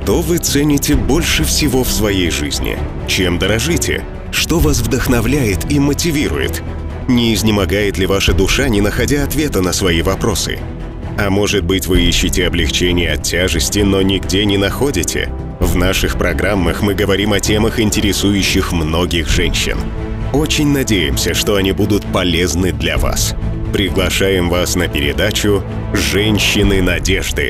Что вы цените больше всего в своей жизни? Чем дорожите? Что вас вдохновляет и мотивирует? Не изнемогает ли ваша душа, не находя ответа на свои вопросы? А может быть, вы ищете облегчение от тяжести, но нигде не находите? В наших программах мы говорим о темах, интересующих многих женщин. Очень надеемся, что они будут полезны для вас. Приглашаем вас на передачу «Женщины надежды».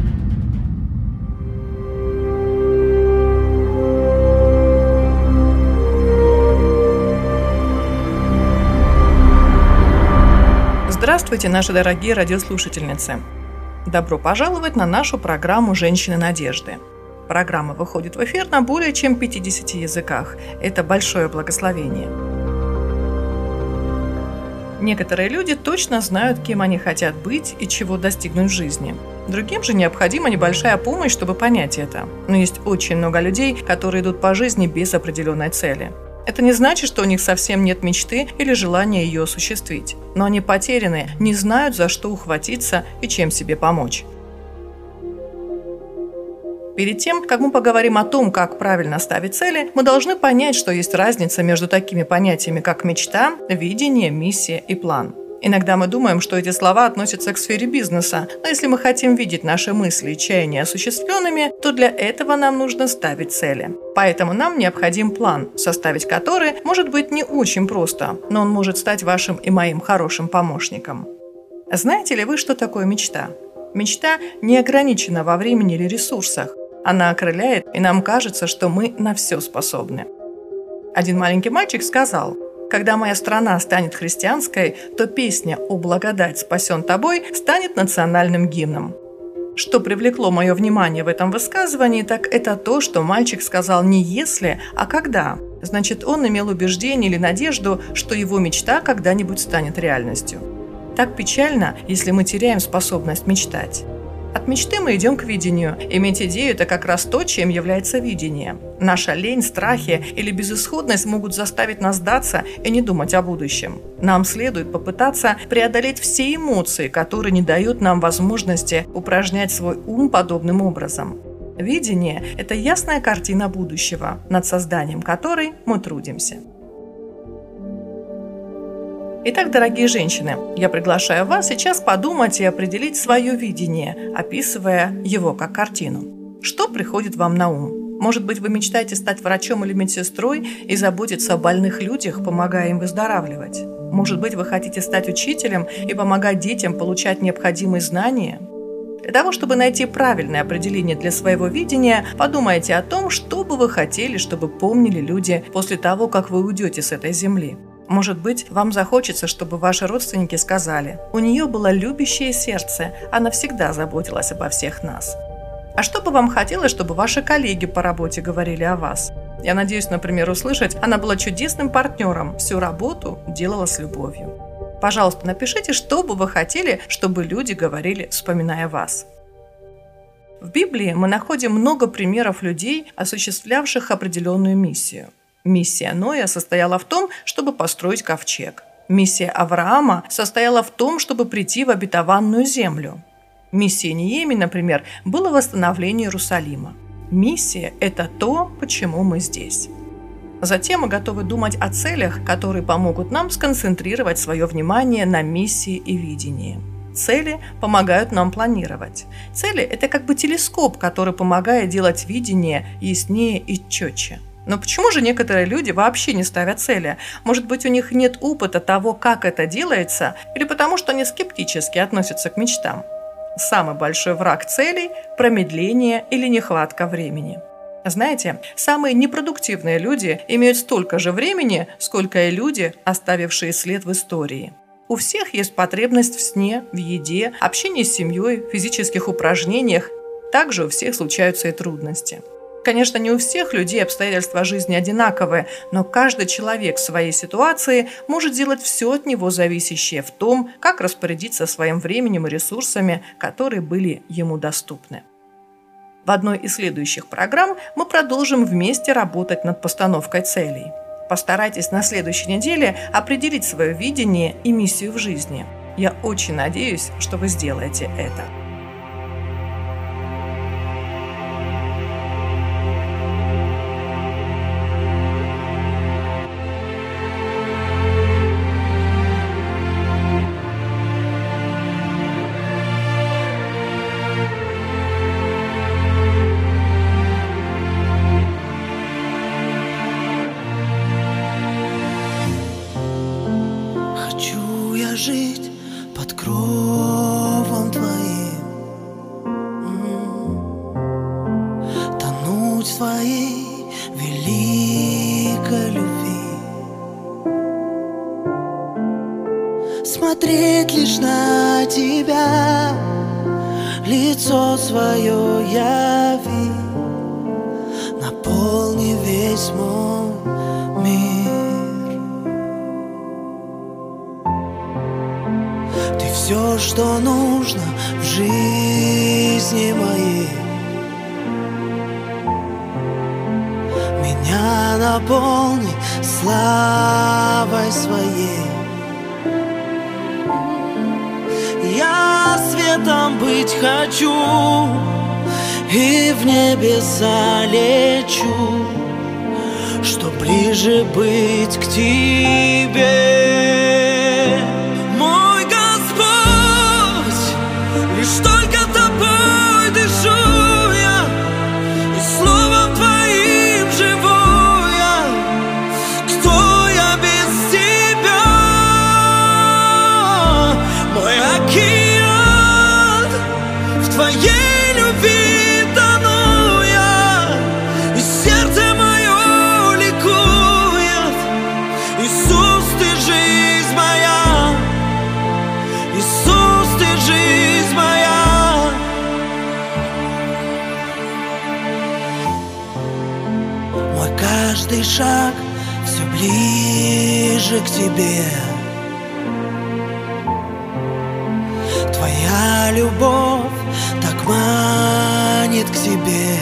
Здравствуйте, наши дорогие радиослушательницы! Добро пожаловать на нашу программу «Женщины надежды». Программа выходит в эфир на более чем 50 языках. Это большое благословение. Некоторые люди точно знают, кем они хотят быть и чего достигнуть в жизни. Другим же необходима небольшая помощь, чтобы понять это. Но есть очень много людей, которые идут по жизни без определенной цели. Это не значит, что у них совсем нет мечты или желания ее осуществить. Но они потеряны, не знают, за что ухватиться и чем себе помочь. Перед тем, как мы поговорим о том, как правильно ставить цели, мы должны понять, что есть разница между такими понятиями, как мечта, видение, миссия и план. Иногда мы думаем, что эти слова относятся к сфере бизнеса, но если мы хотим видеть наши мысли и чаяния осуществленными, то для этого нам нужно ставить цели. Поэтому нам необходим план, составить который может быть не очень просто, но он может стать вашим и моим хорошим помощником. Знаете ли вы, что такое мечта? Мечта не ограничена во времени или ресурсах. Она окрыляет, и нам кажется, что мы на все способны. Один маленький мальчик сказал: «Когда моя страна станет христианской, то песня «О благодать спасен тобой» станет национальным гимном». Что привлекло мое внимание в этом высказывании, так это то, что мальчик сказал не «если», а «когда». Значит, он имел убеждение или надежду, что его мечта когда-нибудь станет реальностью. Так печально, если мы теряем способность мечтать. От мечты мы идем к видению. Иметь идею – это как раз то, чем является видение. Наша лень, страхи или безысходность могут заставить нас сдаться и не думать о будущем. Нам следует попытаться преодолеть все эмоции, которые не дают нам возможности упражнять свой ум подобным образом. Видение – это ясная картина будущего, над созданием которой мы трудимся. Итак, дорогие женщины, я приглашаю вас сейчас подумать и определить свое видение, описывая его как картину. Что приходит вам на ум? Может быть, вы мечтаете стать врачом или медсестрой и заботиться о больных людях, помогая им выздоравливать? Может быть, вы хотите стать учителем и помогать детям получать необходимые знания? Для того, чтобы найти правильное определение для своего видения, подумайте о том, что бы вы хотели, чтобы помнили люди после того, как вы уйдете с этой земли. Может быть, вам захочется, чтобы ваши родственники сказали: «У нее было любящее сердце, она всегда заботилась обо всех нас». А что бы вам хотелось, чтобы ваши коллеги по работе говорили о вас? Я надеюсь, например, услышать: «Она была чудесным партнером, всю работу делала с любовью». Пожалуйста, напишите, что бы вы хотели, чтобы люди говорили, вспоминая вас. В Библии мы находим много примеров людей, осуществлявших определенную миссию. Миссия Ноя состояла в том, чтобы построить ковчег. Миссия Авраама состояла в том, чтобы прийти в обетованную землю. Миссия Неемии, например, было восстановление Иерусалима. Миссия – это то, почему мы здесь. Затем мы готовы думать о целях, которые помогут нам сконцентрировать свое внимание на миссии и видении. Цели помогают нам планировать. Цели – это как бы телескоп, который помогает делать видение яснее и четче. Но почему же некоторые люди вообще не ставят цели? Может быть, у них нет опыта того, как это делается, или потому что они скептически относятся к мечтам? Самый большой враг целей – промедление или нехватка времени. Знаете, самые непродуктивные люди имеют столько же времени, сколько и люди, оставившие след в истории. У всех есть потребность в сне, в еде, общении с семьей, физических упражнениях. Также у всех случаются и трудности. Конечно, не у всех людей обстоятельства жизни одинаковые, но каждый человек в своей ситуации может делать все от него зависящее в том, как распорядиться своим временем и ресурсами, которые были ему доступны. В одной из следующих программ мы продолжим вместе работать над постановкой целей. Постарайтесь на следующей неделе определить свое видение и миссию в жизни. Я очень надеюсь, что вы сделаете это. смотреть лишь на тебя, лицо свое яви, наполни весь мой мир. Ты все, что нужно в жизни моей. Меня наполни славой своей. Я светом быть хочу и в небеса лечу, чтоб ближе быть к тебе. Мой Господь, лишь только тобой дышу я, и словом твоим живу я. Кто я без тебя? Мой океан в твоей любви тону я, и сердце мое ликует. Иисус, ты жизнь моя, Иисус, ты жизнь моя. Мой каждый шаг все ближе к тебе. Твоя любовь так манит к себе.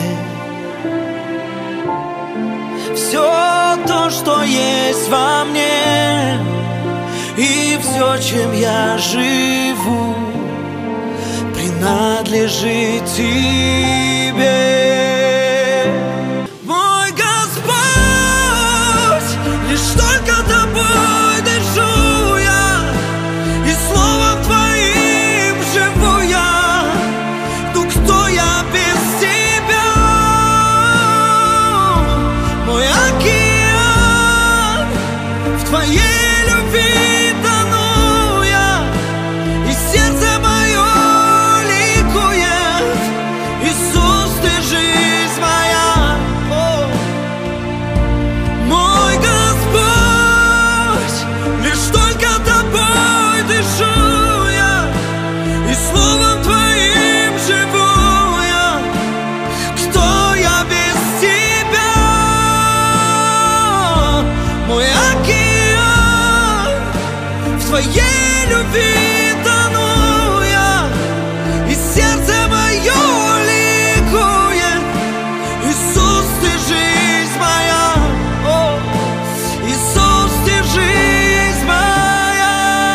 Все то, что есть во мне, и все, чем я живу, принадлежит тебе. Мой Господь, лишь только тобой дышу я, и словом твоим живу я. Ну кто я без тебя? Мой океан в твоей любви тону я, и сердце мое ликует. Иисус, ты жизнь моя. Мой Господь, лишь только тобой дышу я, и словом твоим живу я. Кто я без тебя? Мой океан в твоей любви тону я, и сердце мое ликует. Иисус, ты жизнь моя. Иисус, ты жизнь моя.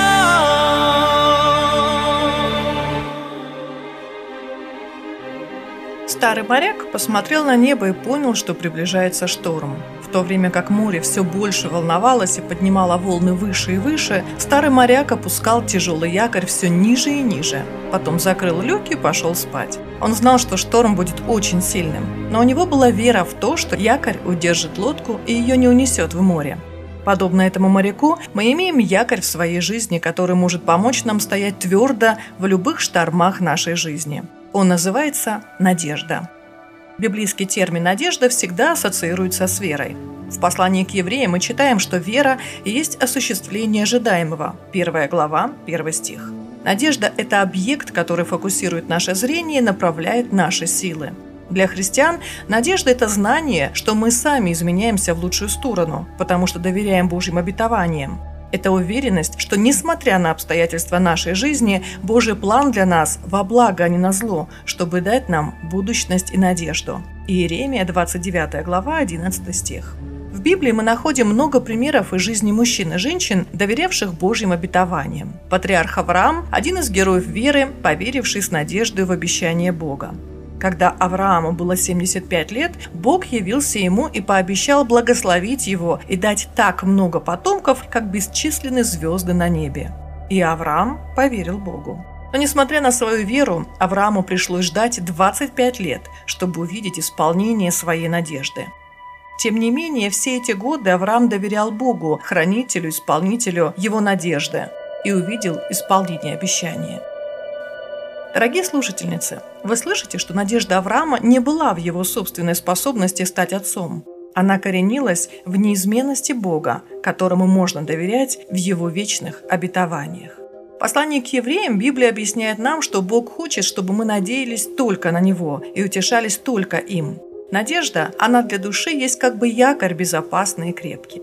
Старый моряк посмотрел на небо и понял, что приближается шторм. В то время как море все больше волновалось и поднимало волны выше и выше, старый моряк опускал тяжелый якорь все ниже и ниже. Потом закрыл люк и пошел спать. Он знал, что шторм будет очень сильным, но у него была вера в то, что якорь удержит лодку и ее не унесет в море. Подобно этому моряку, мы имеем якорь в своей жизни, который может помочь нам стоять твердо в любых штормах нашей жизни. Он называется надежда. Библейский термин «надежда» всегда ассоциируется с верой. В послании к евреям мы читаем, что вера есть осуществление ожидаемого. 1 глава, 1 стих. Надежда – это объект, который фокусирует наше зрение и направляет наши силы. Для христиан надежда – это знание, что мы сами изменяемся в лучшую сторону, потому что доверяем Божьим обетованиям. Это уверенность, что, несмотря на обстоятельства нашей жизни, Божий план для нас во благо, а не на зло, чтобы дать нам будущность и надежду. Иеремия, 29 глава, 11 стих. В Библии мы находим много примеров из жизни мужчин и женщин, доверявших Божьим обетованиям. Патриарх Авраам – один из героев веры, поверивший с надеждой в обещание Бога. Когда Аврааму было 75 лет, Бог явился ему и пообещал благословить его и дать так много потомков, как бесчисленные звезды на небе. И Авраам поверил Богу. Но несмотря на свою веру, Аврааму пришлось ждать 25 лет, чтобы увидеть исполнение своей надежды. Тем не менее, все эти годы Авраам доверял Богу, хранителю, исполнителю его надежды, и увидел исполнение обещания. Дорогие слушательницы, вы слышите, что надежда Авраама не была в его собственной способности стать отцом. Она коренилась в неизменности Бога, которому можно доверять в его вечных обетованиях. послании к евреям Библия объясняет нам, что Бог хочет, чтобы мы надеялись только на Него и утешались только им. Надежда, она для души есть как бы якорь безопасный и крепкий.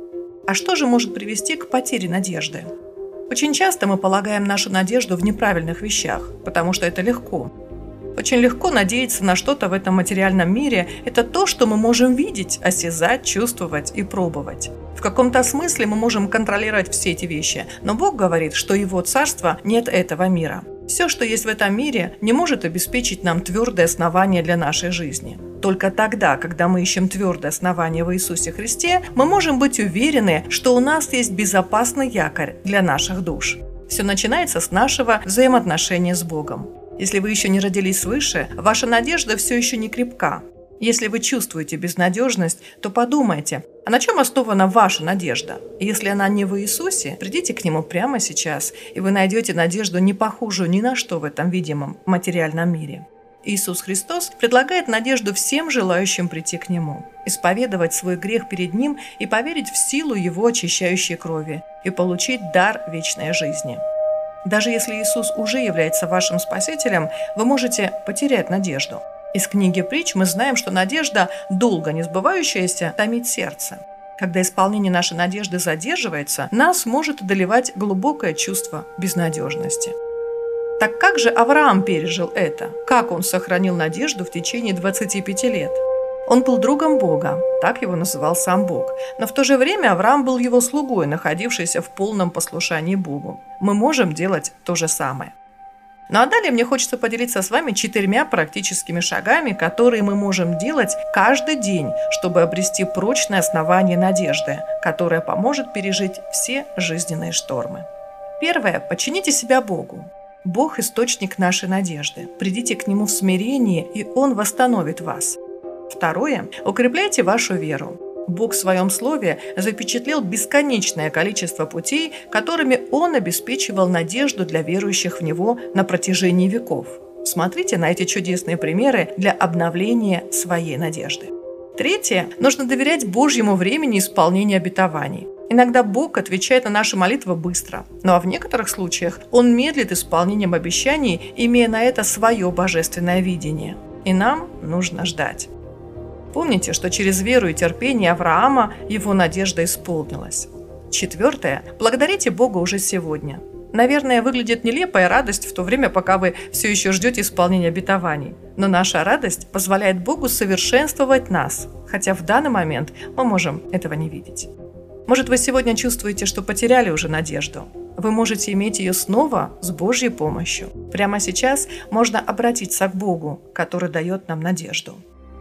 А что же может привести к потере надежды? Очень часто мы полагаем нашу надежду в неправильных вещах, потому что это легко. Очень легко надеяться на что-то в этом материальном мире. Это то, что мы можем видеть, осязать, чувствовать и пробовать. В каком-то смысле мы можем контролировать все эти вещи, но Бог говорит, что Его царства нет этого мира. Все, что есть в этом мире, не может обеспечить нам твердое основание для нашей жизни. Только тогда, когда мы ищем твердое основание в Иисусе Христе, мы можем быть уверены, что у нас есть безопасный якорь для наших душ. Все начинается с нашего взаимоотношения с Богом. Если вы еще не родились свыше, ваша надежда все еще не крепка. Если вы чувствуете безнадежность, то подумайте, а на чем основана ваша надежда? И если она не в Иисусе, придите к Нему прямо сейчас, и вы найдете надежду, не похожую ни на что в этом видимом материальном мире. Иисус Христос предлагает надежду всем желающим прийти к Нему, исповедовать свой грех перед Ним и поверить в силу Его очищающей крови и получить дар вечной жизни. Даже если Иисус уже является вашим Спасителем, вы можете потерять надежду. Из книги Притч мы знаем, что надежда, долго не сбывающаяся, томит сердце. Когда исполнение нашей надежды задерживается, нас может одолевать глубокое чувство безнадежности. Так как же Авраам пережил это? Как он сохранил надежду в течение 25 лет? Он был другом Бога, так его называл сам Бог. Но в то же время Авраам был его слугой, находившийся в полном послушании Богу. Мы можем делать то же самое. Ну а далее мне хочется поделиться с вами 4 практическими шагами, которые мы можем делать каждый день, чтобы обрести прочное основание надежды, которое поможет пережить все жизненные штормы. Первое. Подчините себя Богу. Бог – источник нашей надежды. Придите к Нему в смирении, и Он восстановит вас. Второе. Укрепляйте вашу веру. Бог в Своем Слове запечатлел бесконечное количество путей, которыми Он обеспечивал надежду для верующих в Него на протяжении веков. Смотрите на эти чудесные примеры для обновления своей надежды. Третье. Нужно доверять Божьему времени исполнения обетований. Иногда Бог отвечает на наши молитвы быстро, ну а в некоторых случаях Он медлит исполнением обещаний, имея на это свое божественное видение. И нам нужно ждать. Помните, что через веру и терпение Авраама его надежда исполнилась. Четвертое. Благодарите Бога уже сегодня. Наверное, выглядит нелепая радость в то время, пока вы все еще ждете исполнения обетований. Но наша радость позволяет Богу совершенствовать нас, хотя в данный момент мы можем этого не видеть. Может, вы сегодня чувствуете, что потеряли уже надежду. Вы можете иметь ее снова с Божьей помощью. Прямо сейчас можно обратиться к Богу, который дает нам надежду.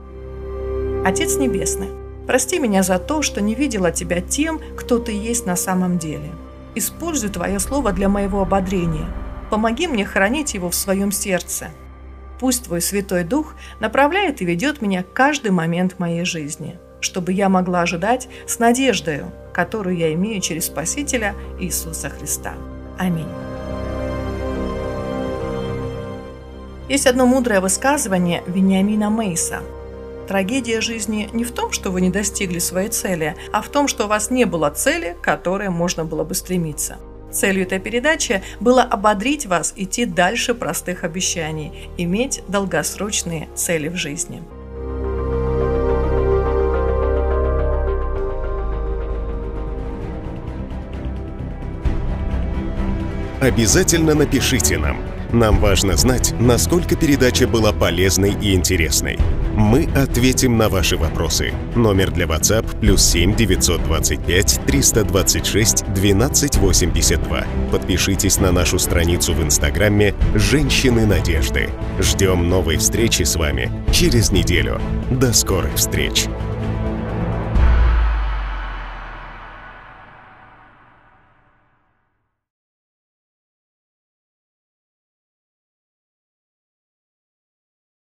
Отец Небесный, прости меня за то, что не видела Тебя тем, кто Ты есть на самом деле. Используй Твое Слово для моего ободрения. Помоги мне хранить его в своем сердце. Пусть Твой Святой Дух направляет и ведет меня каждый момент моей жизни, чтобы я могла ожидать с надеждою, которую я имею через Спасителя Иисуса Христа. Аминь. Есть одно мудрое высказывание Вениамина Мейса. Трагедия жизни не в том, что вы не достигли своей цели, а в том, что у вас не было цели, к которой можно было бы стремиться. Целью этой передачи было ободрить вас идти дальше простых обещаний, иметь долгосрочные цели в жизни. Обязательно напишите нам. Нам важно знать, насколько передача была полезной и интересной. Мы ответим на ваши вопросы. Номер для WhatsApp +7 925 326 12 82. Подпишитесь на нашу страницу в Инстаграме «Женщины Надежды». Ждем новой встречи с вами через неделю. До скорых встреч!